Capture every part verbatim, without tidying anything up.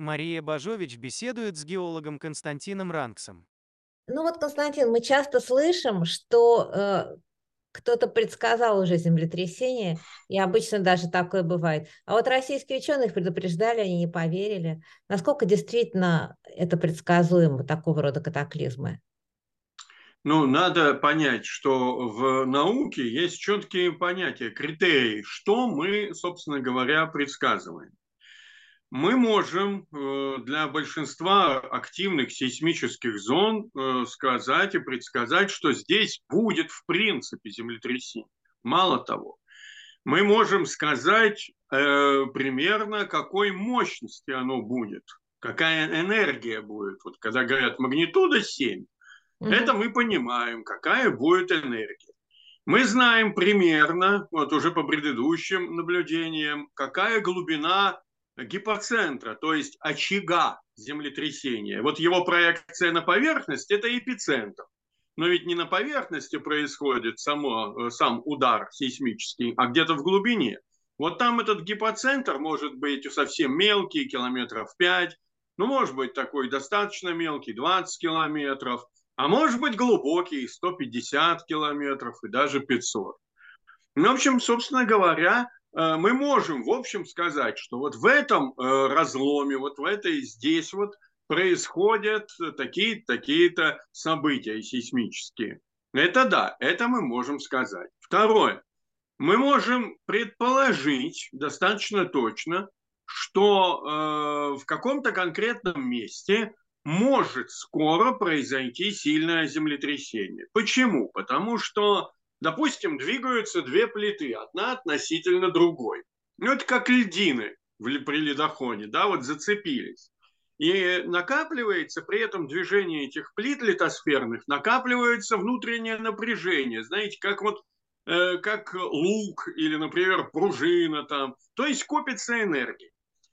Мария Бажович беседует с геологом Константином Ранксом. Ну вот, Константин, мы часто слышим, что э, кто-то предсказал уже землетрясение, и обычно даже такое бывает. А вот российские ученые их предупреждали, они не поверили. Насколько действительно это предсказуемо, такого рода катаклизмы? Ну, надо понять, что в науке есть четкие понятия, критерии, что мы, собственно говоря, предсказываем. Мы можем э, для большинства активных сейсмических зон э, сказать и предсказать, что здесь будет в принципе землетрясение. Мало того, мы можем сказать э, примерно, какой мощности оно будет, какая энергия будет. Вот когда говорят магнитуда семь, это Мгм. мы понимаем, какая будет энергия. Мы знаем примерно, вот уже по предыдущим наблюдениям, какая глубина гипоцентра, то есть очага землетрясения. Вот его проекция на поверхность – это эпицентр. Но ведь не на поверхности происходит само, сам удар сейсмический, а где-то в глубине. Вот там этот гипоцентр может быть совсем мелкий, километров пять, ну, может быть, такой достаточно мелкий, двадцать километров, а может быть глубокий, сто пятьдесят километров и даже пятьсот. Ну, в общем, собственно говоря, мы можем, в общем, сказать, что вот в этом разломе, вот в этой здесь вот происходят такие-то такие-то события сейсмические. Это да, это мы можем сказать. Второе. Мы можем предположить достаточно точно, что э, в каком-то конкретном месте может скоро произойти сильное землетрясение. Почему? Потому что, допустим, двигаются две плиты, одна относительно другой. Ну, это как льдины при ледоходе, да, вот зацепились. И накапливается при этом движение этих плит литосферных, накапливается внутреннее напряжение. Знаете, как вот э, как лук или, например, пружина там. То есть копится энергия.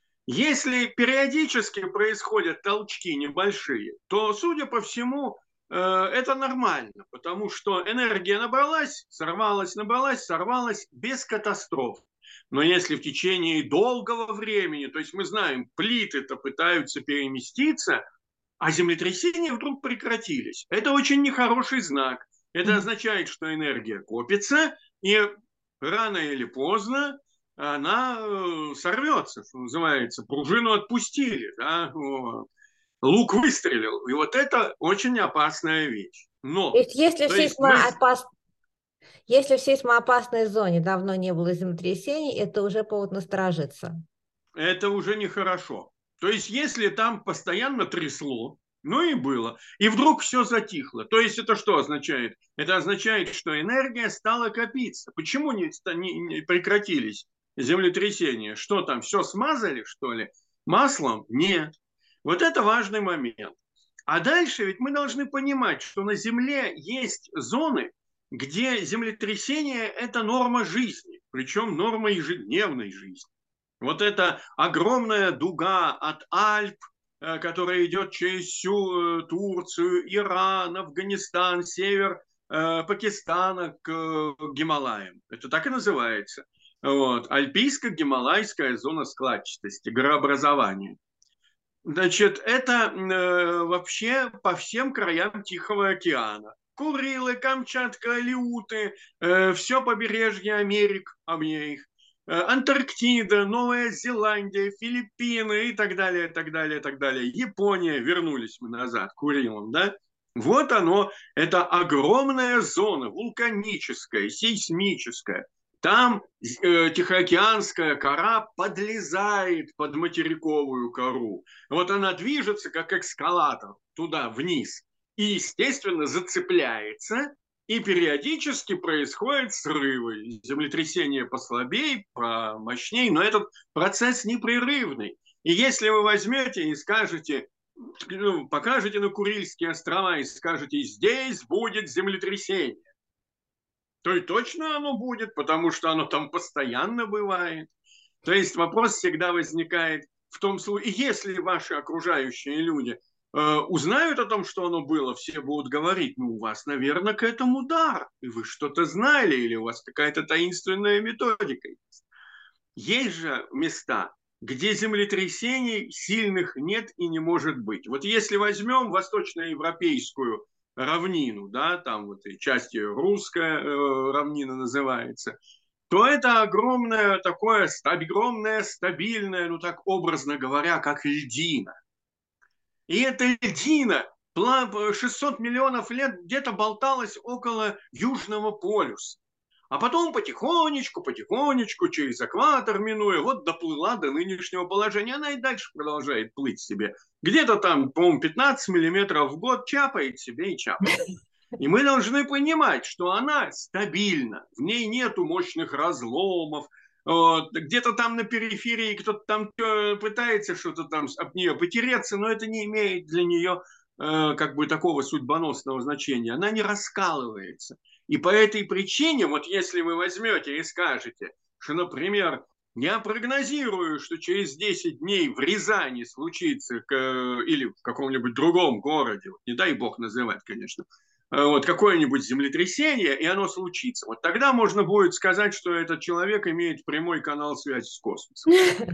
Если периодически происходят толчки небольшие, то, судя по всему, э, это нормально, потому что энергия набралась, сорвалась, набралась, сорвалась без катастроф. Но если в течение долгого времени, то есть мы знаем, плиты-то пытаются переместиться, а землетрясения вдруг прекратились, это очень нехороший знак. Это Мгм. означает, что энергия копится, и рано или поздно она э, сорвется, что называется. Пружину отпустили, да? Вот. Лук выстрелил. И вот это очень опасная вещь. То Но, есть если в то есть мы... сейсмоопас- если в сейсмоопасной зоне давно не было землетрясений, это уже повод насторожиться. Это уже нехорошо. То есть если там постоянно трясло, ну и было, и вдруг все затихло. То есть это что означает? Это означает, что энергия стала копиться. Почему не, не, не прекратились землетрясения? Что там, все смазали, что ли? Маслом? Нет. Вот это важный момент. А дальше ведь мы должны понимать, что на Земле есть зоны, где землетрясение – это норма жизни, причем норма ежедневной жизни. Вот эта огромная дуга от Альп, э, которая идет через всю э, Турцию, Иран, Афганистан, север э, Пакистана к э, Гималаям. Это так и называется. Вот. Альпийско-гималайская зона складчатости, горообразования. Значит, это э, вообще по всем краям Тихого океана. Курилы, Камчатка, Алеуты, э, все побережье Америк обеих, э, Антарктида, Новая Зеландия, Филиппины и так далее, так далее, так далее. Япония, вернулись мы назад к Курилам, да? Вот оно, это огромная зона, вулканическая, сейсмическая. Там э, Тихоокеанская кора подлезает под материковую кору. Вот она движется, как эскалатор, туда, вниз. И, естественно, зацепляется, и периодически происходят срывы. Землетрясение послабее, помощнее, но этот процесс непрерывный. И если вы возьмете и скажете, ну, покажете на Курильские острова и скажете, здесь будет землетрясение, то и точно оно будет, потому что оно там постоянно бывает. То есть вопрос всегда возникает в том случае, если ваши окружающие люди э, узнают о том, что оно было, все будут говорить, ну, у вас, наверное, к этому дар, и вы что-то знали, или у вас какая-то таинственная методика есть. Есть же места, где землетрясений сильных нет и не может быть. Вот если возьмем восточноевропейскую равнину, да, там вот и часть ее русская э, равнина называется, то это огромное такое, огромное, стабильное, ну так образно говоря, как льдина. И эта льдина шестьсот миллионов лет где-то болталась около Южного полюса. А потом потихонечку, потихонечку, через экватор минуя, вот доплыла до нынешнего положения. Она и дальше продолжает плыть себе. Где-то там, по-моему, пятнадцать миллиметров в год чапает себе и чапает. И мы должны понимать, что она стабильна. В ней нету мощных разломов. Вот. Где-то там на периферии кто-то там пытается что-то там об нее потереться, но это не имеет для нее э, как бы такого судьбоносного значения. Она не раскалывается. И по этой причине, вот если вы возьмете и скажете, что, например, я прогнозирую, что через десять дней в Рязани случится, или в каком-нибудь другом городе, не дай бог называть, конечно, вот какое-нибудь землетрясение, и оно случится. Вот тогда можно будет сказать, что этот человек имеет прямой канал связи с космосом.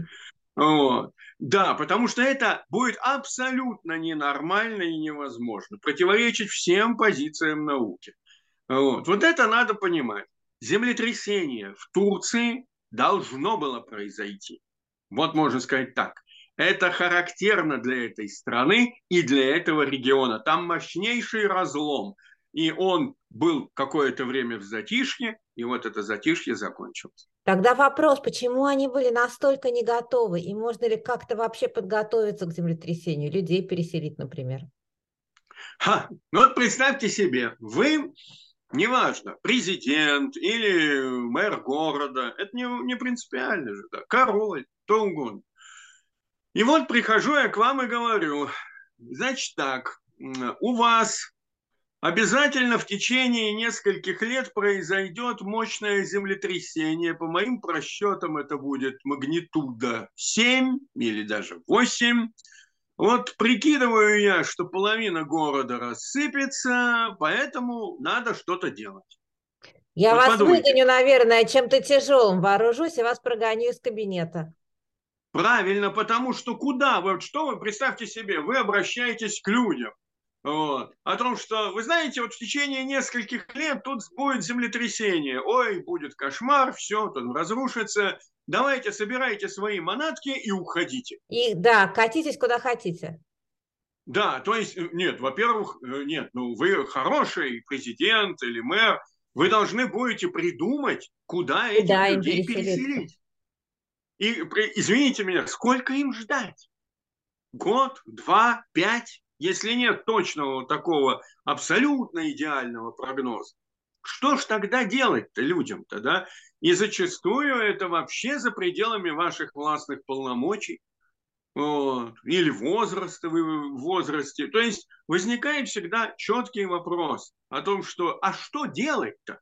Вот. Да, потому что это будет абсолютно ненормально и невозможно, противоречить всем позициям науки. Вот. Вот это надо понимать. Землетрясение в Турции должно было произойти. Вот можно сказать так. Это характерно для этой страны и для этого региона. Там мощнейший разлом. И он был какое-то время в затишье, и вот это затишье закончилось. Тогда вопрос, почему они были настолько не готовы? И можно ли как-то вообще подготовиться к землетрясению? Людей переселить, например. Ха, ну вот представьте себе, вы... Неважно, президент или мэр города, это не, не принципиально же, да, король, кто угодно. И вот прихожу я к вам и говорю, значит так, у вас обязательно в течение нескольких лет произойдет мощное землетрясение. По моим просчетам это будет магнитуда семь или даже восемь. Вот прикидываю я, что половина города рассыпется, поэтому надо что-то делать. Я вот вас подумайте. выгоню, наверное, чем-то тяжелым, вооружусь и вас прогоню из кабинета. Правильно, потому что куда? Вот что вы, представьте себе, вы обращаетесь к людям. Вот, о том, что, вы знаете, вот в течение нескольких лет тут будет землетрясение. Ой, будет кошмар, все, тут разрушится. Давайте, собирайте свои манатки и уходите. И да, катитесь куда хотите. Да, то есть, нет, во-первых, нет, ну вы хороший президент или мэр, вы должны будете придумать, куда этих Да, людей переселить. И, извините меня, сколько им ждать? Год, два, пять? Если нет точного такого абсолютно идеального прогноза, что ж тогда делать-то людям-то, да? И зачастую это вообще за пределами ваших властных полномочий. Вот. Или возраста, вы в возрасте. То есть возникает всегда четкий вопрос о том, что а что делать-то?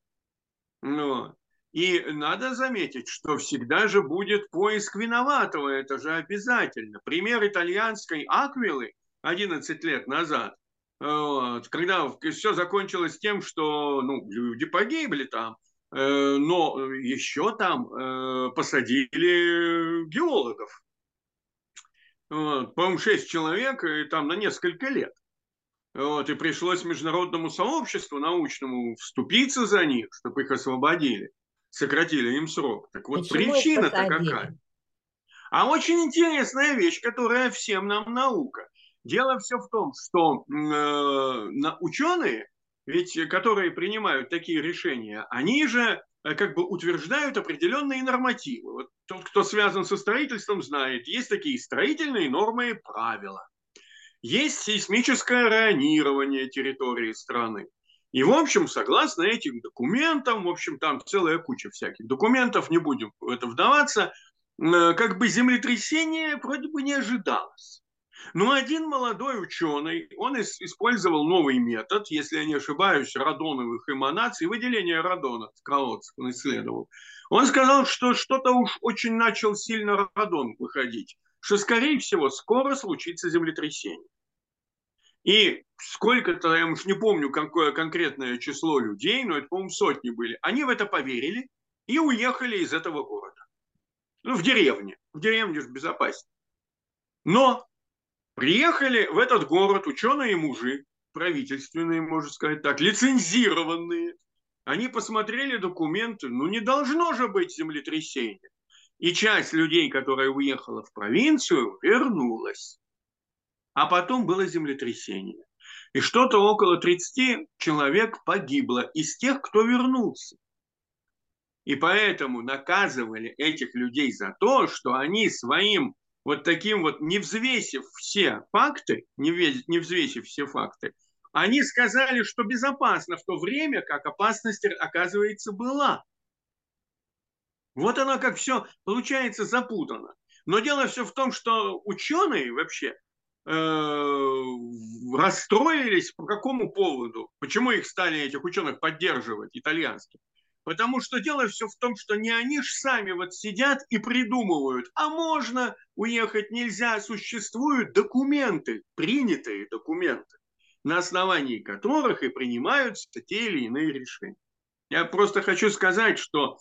Вот. И надо заметить, что всегда же будет поиск виноватого, это же обязательно. Пример итальянской Аквилы одиннадцать лет назад, вот, когда все закончилось тем, что ну, люди погибли там, э, но еще там э, посадили геологов. Вот, по-моему, шесть человек, и там на несколько лет. Вот, и пришлось международному сообществу научному вступиться за них, чтобы их освободили, сократили им срок. Так вот, причина-то какая? А очень интересная вещь, которая всем нам наука. Дело все в том, что э, ученые, ведь, которые принимают такие решения, они же как бы утверждают определенные нормативы. Вот тот, кто связан со строительством, знает, есть такие строительные нормы и правила. Есть сейсмическое районирование территории страны. И, в общем, согласно этим документам, в общем, там целая куча всяких документов, не будем в это вдаваться, как бы землетрясение вроде бы не ожидалось. Но один молодой ученый, он использовал новый метод, если я не ошибаюсь, радоновых эманаций, выделение радона в колодцах он исследовал. Он сказал, что что-то уж очень начал сильно радон выходить, что, скорее всего, скоро случится землетрясение. И сколько-то, я уж не помню, какое конкретное число людей, но это, по-моему, сотни были, они в это поверили и уехали из этого города. Ну, в деревне. В деревне же безопаснее. Но приехали в этот город ученые-мужи, правительственные, можно сказать так, лицензированные. Они посмотрели документы, ну не должно же быть землетрясения. И часть людей, которая уехала в провинцию, вернулась. А потом было землетрясение. И что-то около тридцати человек погибло из тех, кто вернулся. И поэтому наказывали этих людей за то, что они своим вот таким вот, не взвесив все факты, не взвесив все факты, они сказали, что безопасно в то время, как опасность, оказывается, была. Вот оно как все получается запутано. Но дело все в том, что ученые вообще э, расстроились по какому поводу? Почему их стали, этих ученых, поддерживать, итальянских? Потому что дело все в том, что не они же сами вот сидят и придумывают, а можно уехать, нельзя, существуют документы, принятые документы, на основании которых и принимаются те или иные решения. Я просто хочу сказать, что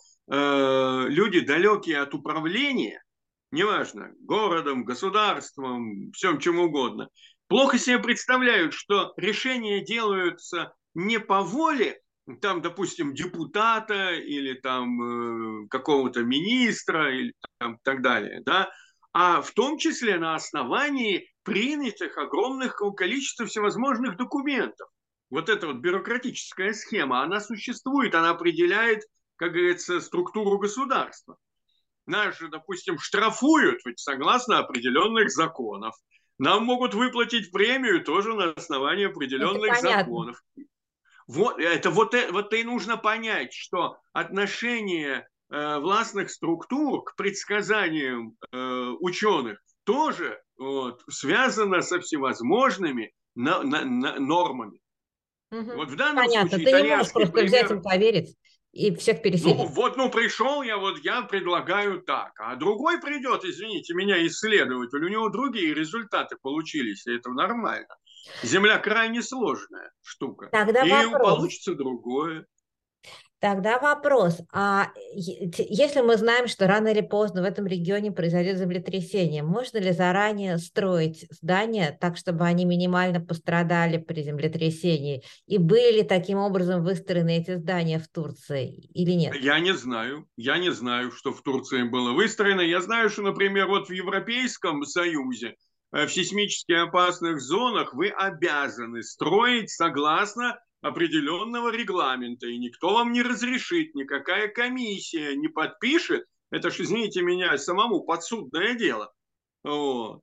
э, люди, далекие от управления, неважно, городом, государством, всем чем угодно, плохо себе представляют, что решения делаются не по воле, там, допустим, депутата или там э, какого-то министра или там, так далее, да, а в том числе на основании принятых огромных количества всевозможных документов. Вот эта вот бюрократическая схема, она существует, она определяет, как говорится, структуру государства. Нас же, допустим, штрафуют ведь согласно определенных законов. Нам могут выплатить премию тоже на основании Это определенных понятно. законов. Вот это вот, вот и нужно понять, что отношение э, властных структур к предсказаниям э, ученых тоже вот, связано со всевозможными на, на, на нормами. Угу. Вот в данном Понятно. случае Ты не можешь итальянский просто взять пример. им поверить и всех Ну, переселить. вот, ну, пришел я, вот я предлагаю так, а другой придет, извините меня, исследователь, у него другие результаты получились, и это нормально. Земля крайне сложная штука, Тогда и вопрос. получится другое. Тогда вопрос. А е- те- если мы знаем, что рано или поздно в этом регионе произойдет землетрясение, можно ли заранее строить здания так, чтобы они минимально пострадали при землетрясении? И были ли таким образом выстроены эти здания в Турции или нет? Я не знаю, я не знаю, что в Турции было выстроено. Я знаю, что, например, вот в Европейском Союзе э, в сейсмически опасных зонах вы обязаны строить согласно определенного регламента, и никто вам не разрешит, никакая комиссия не подпишет. Это ж, извините меня, самому подсудное дело. Вот.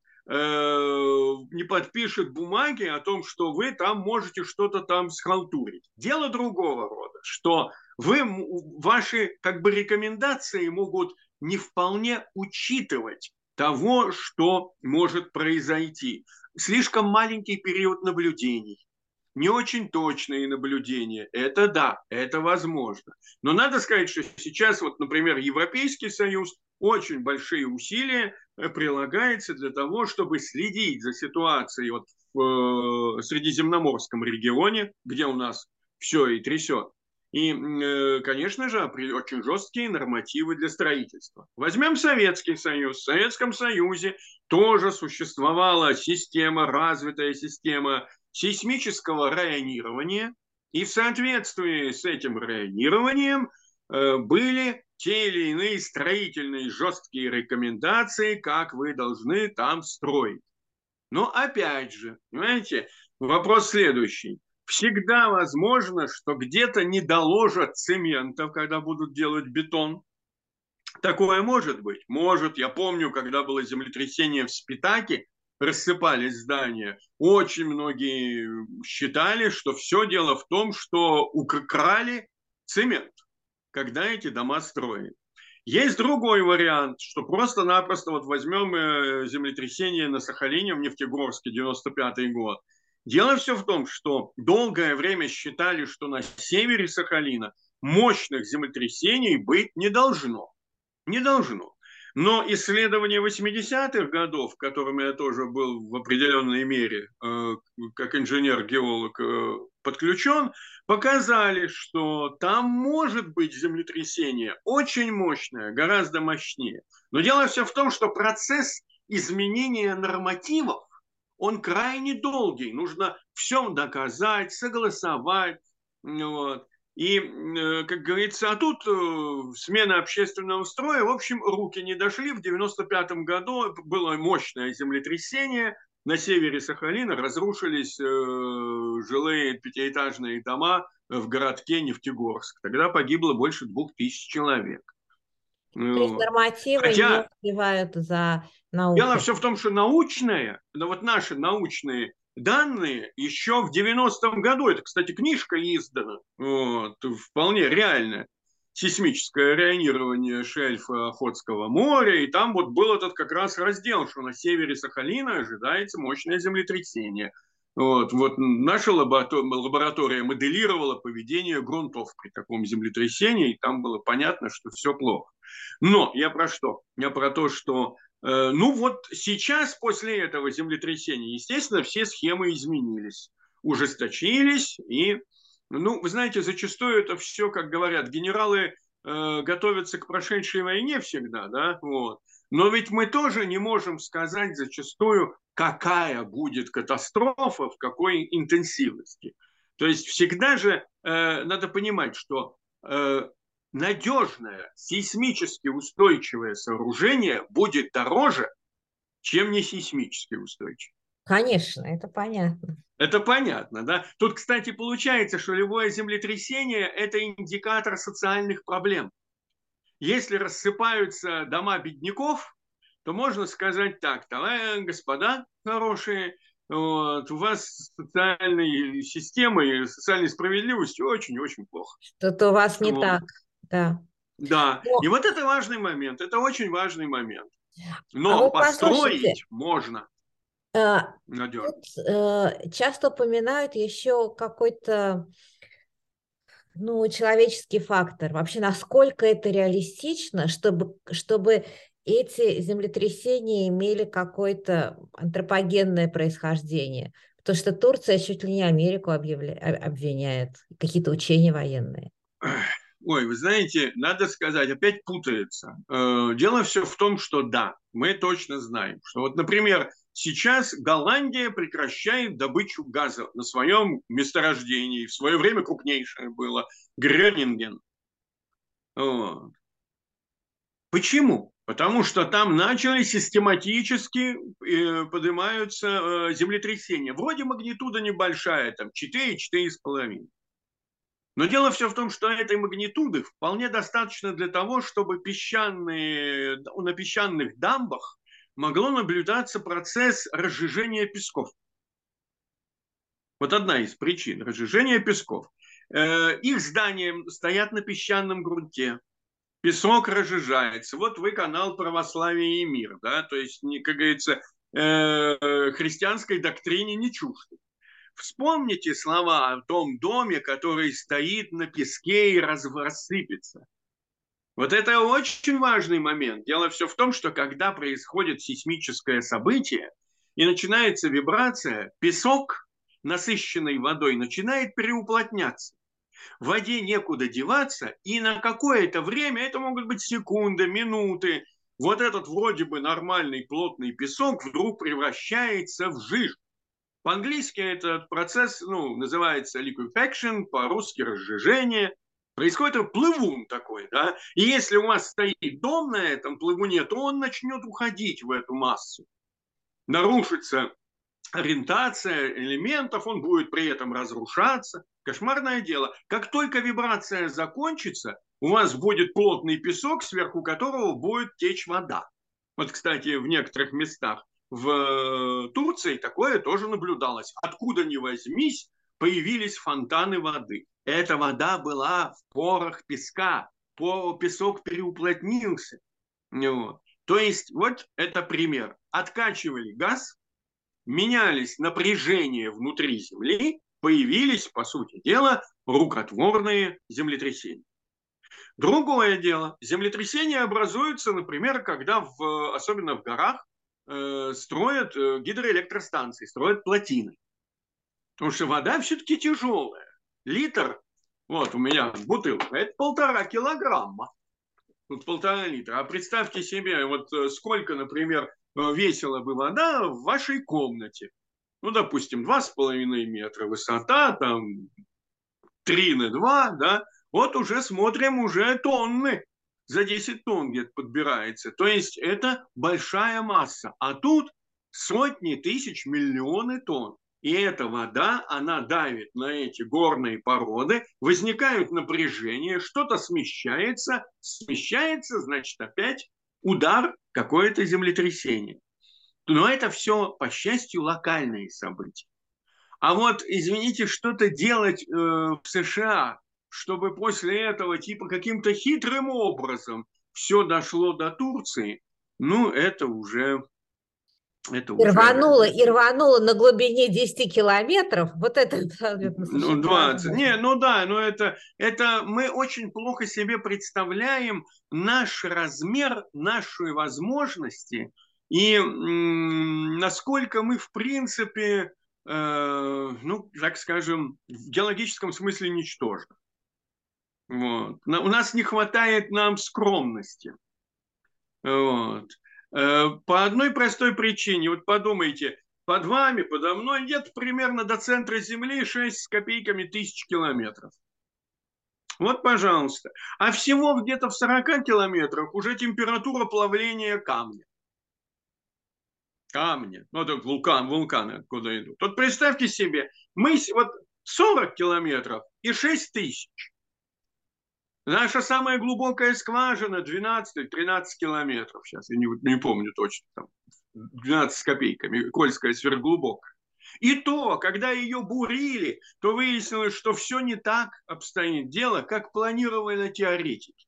Э, не подпишет бумаги о том, что вы там можете что-то там схалтурить. Дело другого рода, что вы, ваши как бы рекомендации могут не вполне учитывать того, что может произойти. Слишком маленький период наблюдений, не очень точные наблюдения. Это да, это возможно. Но надо сказать, что сейчас, вот, например, Европейский Союз очень большие усилия прилагается для того, чтобы следить за ситуацией вот в э, Средиземноморском регионе, где у нас все и трясет. И, э, конечно же, очень жесткие нормативы для строительства. Возьмем Советский Союз. В Советском Союзе тоже существовала система, развитая система сейсмического районирования, и в соответствии с этим районированием э, были те или иные строительные жесткие рекомендации, как вы должны там строить. Но опять же, понимаете, вопрос следующий. Всегда возможно, что где-то не доложат цементов, когда будут делать бетон. Такое может быть? Может. Я помню, когда было землетрясение в Спитаке, рассыпались здания. Очень многие считали, что все дело в том, что украли цемент, когда эти дома строили. Есть другой вариант, что просто-напросто вот возьмем землетрясение на Сахалине в Нефтегорске, девяносто пятый год. Дело все в том, что долгое время считали, что на севере Сахалина мощных землетрясений быть не должно. Не должно. Но исследования восьмидесятых годов, которыми я тоже был в определенной мере, э, как инженер-геолог, э, подключен, показали, что там может быть землетрясение очень мощное, гораздо мощнее. Но дело все в том, что процесс изменения нормативов, он крайне долгий. Нужно все доказать, согласовать. Вот. И, как говорится, а тут смена общественного строя, в общем, руки не дошли. В девяносто пятом году было мощное землетрясение. На севере Сахалина разрушились жилые пятиэтажные дома в городке Нефтегорск. Тогда погибло больше двух тысяч человек. То есть нормативы Хотя, не успевают за наукой. Дело все в том, что научные, да вот наши научные данные еще в девяностом году, это, кстати, книжка издана, вот, вполне реальная, сейсмическое районирование шельфа Охотского моря, и там вот был этот как раз раздел, что на севере Сахалина ожидается мощное землетрясение. Вот, вот наша лаборатория моделировала поведение грунтов при таком землетрясении, и там было понятно, что все плохо. Но я про что? Я про то, что э, ну вот сейчас после этого землетрясения, естественно, все схемы изменились, ужесточились, и, ну, вы знаете, зачастую это все, как говорят, генералы э, готовятся к прошедшей войне всегда, да, вот. Но ведь мы тоже не можем сказать зачастую, какая будет катастрофа, в какой интенсивности. То есть всегда же э, надо понимать, что э, надежное, сейсмически устойчивое сооружение будет дороже, чем не сейсмически устойчивое. Конечно, это понятно. Это понятно, да? Тут, кстати, получается, что любое землетрясение – это индикатор социальных проблем. Если рассыпаются дома бедняков, то можно сказать так: товарищи, господа хорошие, вот, у вас с социальной системой, социальной справедливостью очень-очень плохо. Что-то у вас не вот. так, да. Да, Но... и вот это важный момент, это очень важный момент. Но а вот построить можно э, надежно. Тут э, часто упоминают еще какой-то, ну, человеческий фактор. Вообще, насколько это реалистично, чтобы, чтобы эти землетрясения имели какое-то антропогенное происхождение? Потому что Турция чуть ли не Америку объявля... обвиняет, какие-то учения военные. Ой, вы знаете, надо сказать, опять путается. Дело все в том, что да, мы точно знаем, что вот, например, сейчас Голландия прекращает добычу газа на своем месторождении. В свое время крупнейшее было Грёнинген. Вот. Почему? Потому что там начали систематически э, поднимаются э, землетрясения. Вроде магнитуда небольшая, там четыре-четыре с половиной. Но дело все в том, что этой магнитуды вполне достаточно для того, чтобы песчаные, на песчаных дамбах могло наблюдаться процесс разжижения песков. Вот одна из причин разжижения песков. Э, их здания стоят на песчаном грунте. Песок разжижается. Вот вы канал «Православие и мир», да, то есть, как говорится, э, христианской доктрине не чужды. Вспомните слова о том доме, который стоит на песке и рассыпется. Вот это очень важный момент. Дело все в том, что когда происходит сейсмическое событие и начинается вибрация, песок, насыщенный водой, начинает переуплотняться. В воде некуда деваться, и на какое-то время, это могут быть секунды, минуты, вот этот вроде бы нормальный плотный песок вдруг превращается в жижу. По-английски этот процесс, ну, называется liquefaction, по-русски разжижение. Происходит плывун такой, да, и если у вас стоит дом на этом плывуне, то он начнет уходить в эту массу. Нарушится ориентация элементов, он будет при этом разрушаться. Кошмарное дело. Как только вибрация закончится, у вас будет плотный песок, сверху которого будет течь вода. Вот, кстати, в некоторых местах в Турции такое тоже наблюдалось. Откуда ни возьмись, появились фонтаны воды. Эта вода была в порах песка. Песок переуплотнился. Вот. То есть, вот это пример. Откачивали газ, менялись напряжения внутри Земли, появились, по сути дела, рукотворные землетрясения. Другое дело, землетрясения образуются, например, когда, в, особенно в горах, э, строят гидроэлектростанции, строят плотины. Потому что вода все-таки тяжелая. Литр, вот у меня бутылка, это полтора килограмма. Тут полтора литра. А представьте себе, вот сколько, например, весила бы вода в вашей комнате. Ну, допустим, два с половиной метра высота, там три на два, да. Вот уже смотрим, уже тонны. За десять тонн где-то подбирается. То есть это большая масса. А тут сотни тысяч, миллионы тонн. И эта вода, она давит на эти горные породы, возникают напряжения, что-то смещается, смещается, значит, опять удар, какое-то землетрясение. Но это все, по счастью, локальные события. А вот, извините, что-то делать э, в США, чтобы после этого типа каким-то хитрым образом все дошло до Турции, ну, это уже... Это И уже... рвануло, и рвануло на глубине десяти километров. Вот это абсолютно Ну, совершенно двадцать. невозможно. Не, ну да, но это, это мы очень плохо себе представляем наш размер, наши возможности и м, насколько мы, в принципе, э, ну, так скажем, в геологическом смысле ничтожны. Вот. На- У нас не хватает нам скромности. Вот. Э, По одной простой причине. Вот подумайте, под вами, подо мной где-то примерно до центра Земли шесть с копейками тысяч километров. Вот, пожалуйста. А всего где-то в сорока километрах уже температура плавления камня. Камня. Ну, это вулкан, вулканы откуда идут. Вот представьте себе, мы вот сорок километров и шесть тысяч. Наша самая глубокая скважина двенадцать-тринадцать километров. Сейчас я не, не помню точно. Там двенадцать с копейками. Кольская сверхглубокая. И то, когда ее бурили, то выяснилось, что все не так обстоит дело, как планировали теоретики.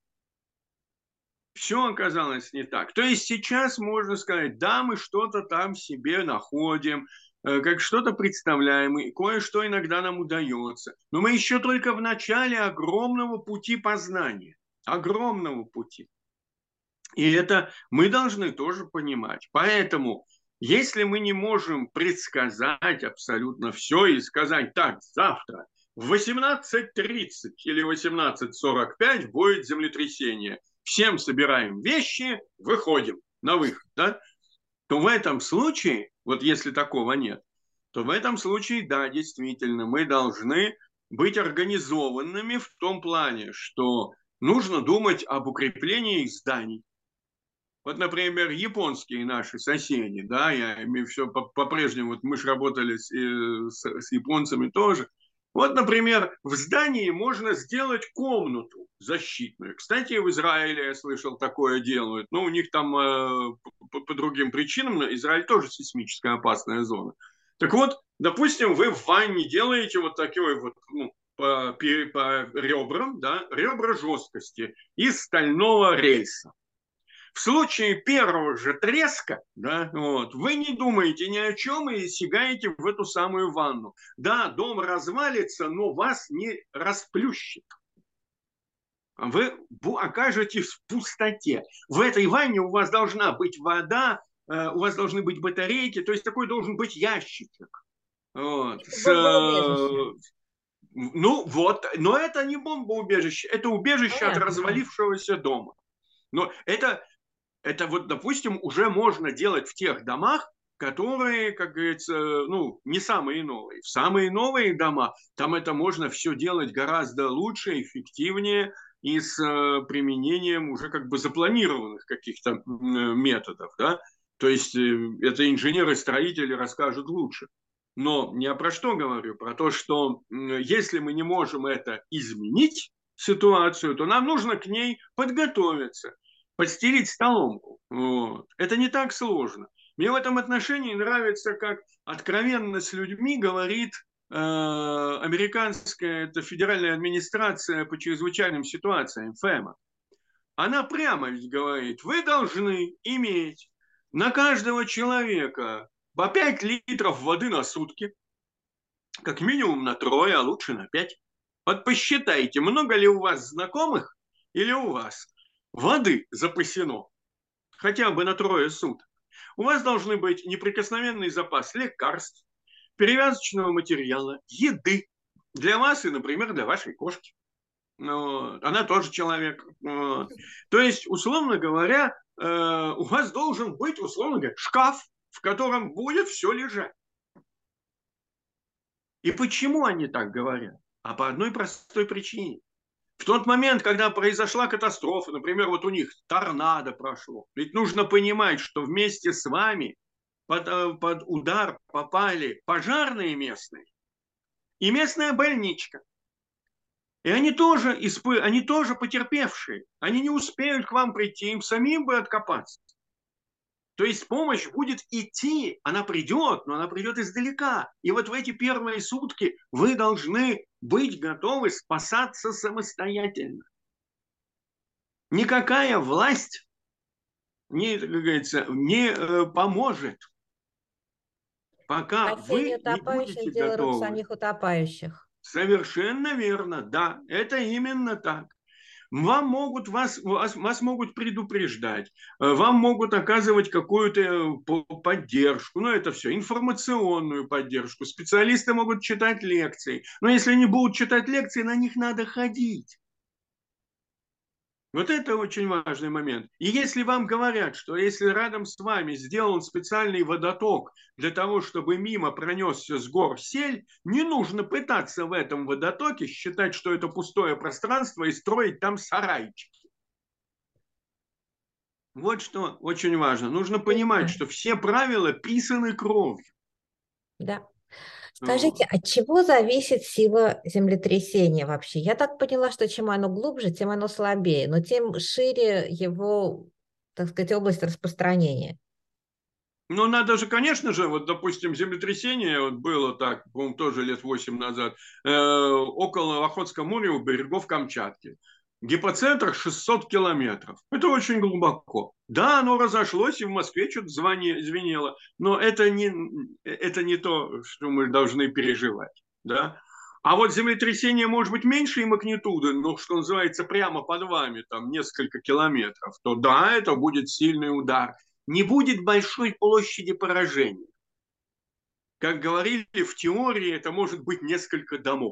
Все оказалось не так. То есть сейчас можно сказать, да, мы что-то там себе находим, как что-то представляем, и кое-что иногда нам удается. Но мы еще только в начале огромного пути познания. Огромного пути. И это мы должны тоже понимать. Поэтому, если мы не можем предсказать абсолютно все и сказать, так, завтра в восемнадцать тридцать или восемнадцать сорок пять будет землетрясение, всем собираем вещи, выходим на выход, да? То в этом случае, вот если такого нет, то в этом случае, да, действительно, мы должны быть организованными в том плане, что нужно думать об укреплении зданий. Вот, например, японские наши соседи, да, я имею все по-прежнему, вот мы же работали с, с, с японцами тоже. Вот, например, в здании можно сделать комнату защитную. Кстати, в Израиле, я слышал, такое делают. Но у них там э, по, по другим причинам, Израиль тоже сейсмическая опасная зона. Так вот, допустим, вы в ванне делаете вот такой вот, ну, по, по ребрам, да, ребра жесткости из стального рельса. В случае первого же треска, да, вот, вы не думаете ни о чем и сигаете в эту самую ванну. Да, дом развалится, но вас не расплющит. Вы окажетесь в пустоте. В этой ванне у вас должна быть вода, у вас должны быть батарейки, то есть такой должен быть ящичек. Вот, с, ну вот, но это не бомбоубежище, это убежище Понятно. От развалившегося дома. Но это Это вот, допустим, уже можно делать в тех домах, которые, как говорится, ну, не самые новые. В самые новые дома там это можно все делать гораздо лучше, эффективнее и с применением уже как бы запланированных каких-то методов, да. То есть это инженеры-строители расскажут лучше. Но я про что говорю? Про то, что если мы не можем это изменить, ситуацию, то нам нужно к ней подготовиться. Подстелить соломку. Вот. Это не так сложно. Мне в этом отношении нравится, как откровенно с людьми говорит э, американская это федеральная администрация по чрезвычайным ситуациям, ФЭМА. Она прямо ведь говорит, вы должны иметь на каждого человека по пять литров воды на сутки, как минимум на трое, а лучше на пять. Вот посчитайте, много ли у вас знакомых или у вас воды запасено хотя бы на трое суток. У вас должны быть неприкосновенный запас лекарств, перевязочного материала, еды для вас и, например, для вашей кошки. Вот. Она тоже человек. Вот. То есть, условно говоря, э, у вас должен быть, условно говоря, шкаф, в котором будет все лежать. И почему они так говорят? А по одной простой причине. В тот момент, когда произошла катастрофа, например, вот у них торнадо прошло, ведь нужно понимать, что вместе с вами под, под удар попали пожарные местные и местная больничка. И они тоже, испы... они тоже потерпевшие. Они не успеют к вам прийти, им самим бы откопаться. То есть помощь будет идти, она придет, но она придет издалека. И вот в эти первые сутки вы должны быть готовы спасаться самостоятельно. Никакая власть не, как говорится, не э, поможет, пока Спасение вы не утопающих будете – дело рук готовы. самих утопающих. Совершенно верно, да, это именно так. Вам могут, вас, вас, вас могут предупреждать, вам могут оказывать какую-то поддержку, ну это все, информационную поддержку, специалисты могут читать лекции, но если они будут читать лекции, на них надо ходить. Вот это очень важный момент. И если вам говорят, что если рядом с вами сделан специальный водоток для того, чтобы мимо пронесся с гор сель, не нужно пытаться в этом водотоке считать, что это пустое пространство и строить там сарайчики. Вот что очень важно. Нужно понимать, что все правила писаны кровью. Да. Скажите, от чего зависит сила землетрясения вообще? Я так поняла, что чем оно глубже, тем оно слабее, но тем шире его, так сказать, область распространения. Ну, надо же, конечно же, вот, допустим, землетрясение вот было так, по-моему, тоже лет восемь назад, э, около Охотского моря у берегов Камчатки. Гипоцентр шестьсот километров. Это очень глубоко. Да, оно разошлось, и в Москве что-то звенело, но это не, это не то, что мы должны переживать. Да? А вот землетрясение может быть меньшей магнитуды, но, что называется, прямо под вами, там несколько километров, то да, это будет сильный удар. Не будет большой площади поражения. Как говорили, в теории это может быть несколько домов.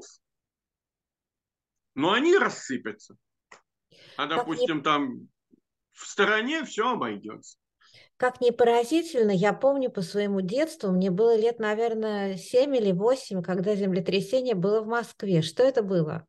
Но они рассыпятся. А, допустим, там в стороне все обойдется. Как ни поразительно, я помню по своему детству, мне было лет, наверное, семь или восемь, когда землетрясение было в Москве. Что это было?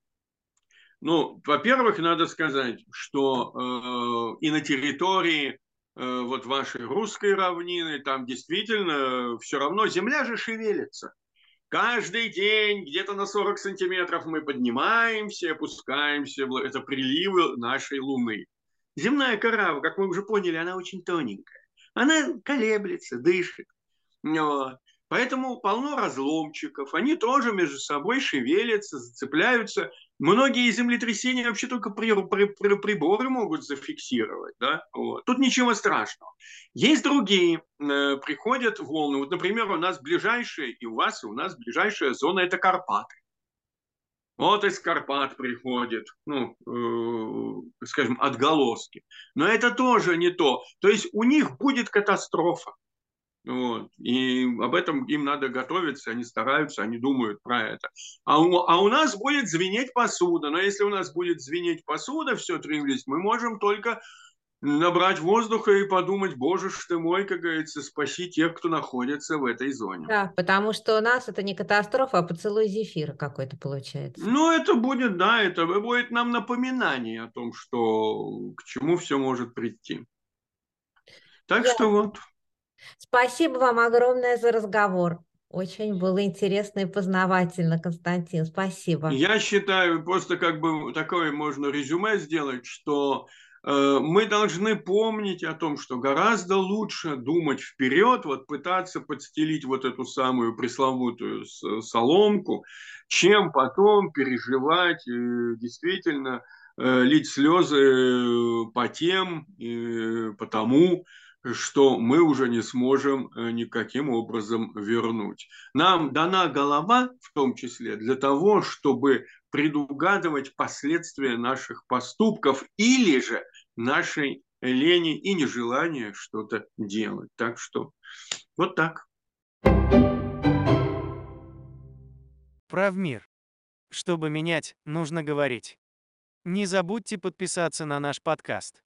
Ну, во-первых, надо сказать, что э, и на территории э, вот вашей русской равнины, там действительно все равно земля же шевелится. Каждый день где-то на сорок сантиметров мы поднимаемся, опускаемся. Это приливы нашей Луны. Земная кора, как мы уже поняли, она очень тоненькая. Она колеблется, дышит. Вот. Поэтому полно разломчиков. Они тоже между собой шевелятся, зацепляются. Многие землетрясения вообще только при, при, при, приборы могут зафиксировать. Да? Вот. Тут ничего страшного. Есть другие. Э, приходят волны. Вот, например, у нас ближайшая, и у вас, и у нас ближайшая зона – это Карпаты. Вот из Карпат приходят, ну, э, скажем, отголоски. Но это тоже не то. То есть у них будет катастрофа. Вот. И об этом им надо готовиться, они стараются, они думают про это. А у, а у нас будет звенеть посуда. Но если у нас будет звенеть посуда, все требовались, мы можем только набрать воздуха и подумать, боже ж ты мой, как говорится, спаси тех, кто находится в этой зоне. Да, потому что у нас это не катастрофа, а поцелуй Зефира какой-то получается. Ну, это будет, да, это будет нам напоминание о том, что к чему все может прийти. Так Я... что вот. Спасибо вам огромное за разговор. Очень было интересно и познавательно, Константин. Спасибо. Я считаю, просто как бы такое можно резюме сделать, что э, мы должны помнить о том, что гораздо лучше думать вперед, вот пытаться подстелить вот эту самую пресловутую соломку, чем потом переживать э, действительно, э, лить слезы по тем, э, по тому, что мы уже не сможем никаким образом вернуть. Нам дана голова, в том числе, для того, чтобы предугадывать последствия наших поступков или же нашей лени и нежелания что-то делать. Так что вот так. Прав мир. Чтобы менять, нужно говорить. Не забудьте подписаться на наш подкаст.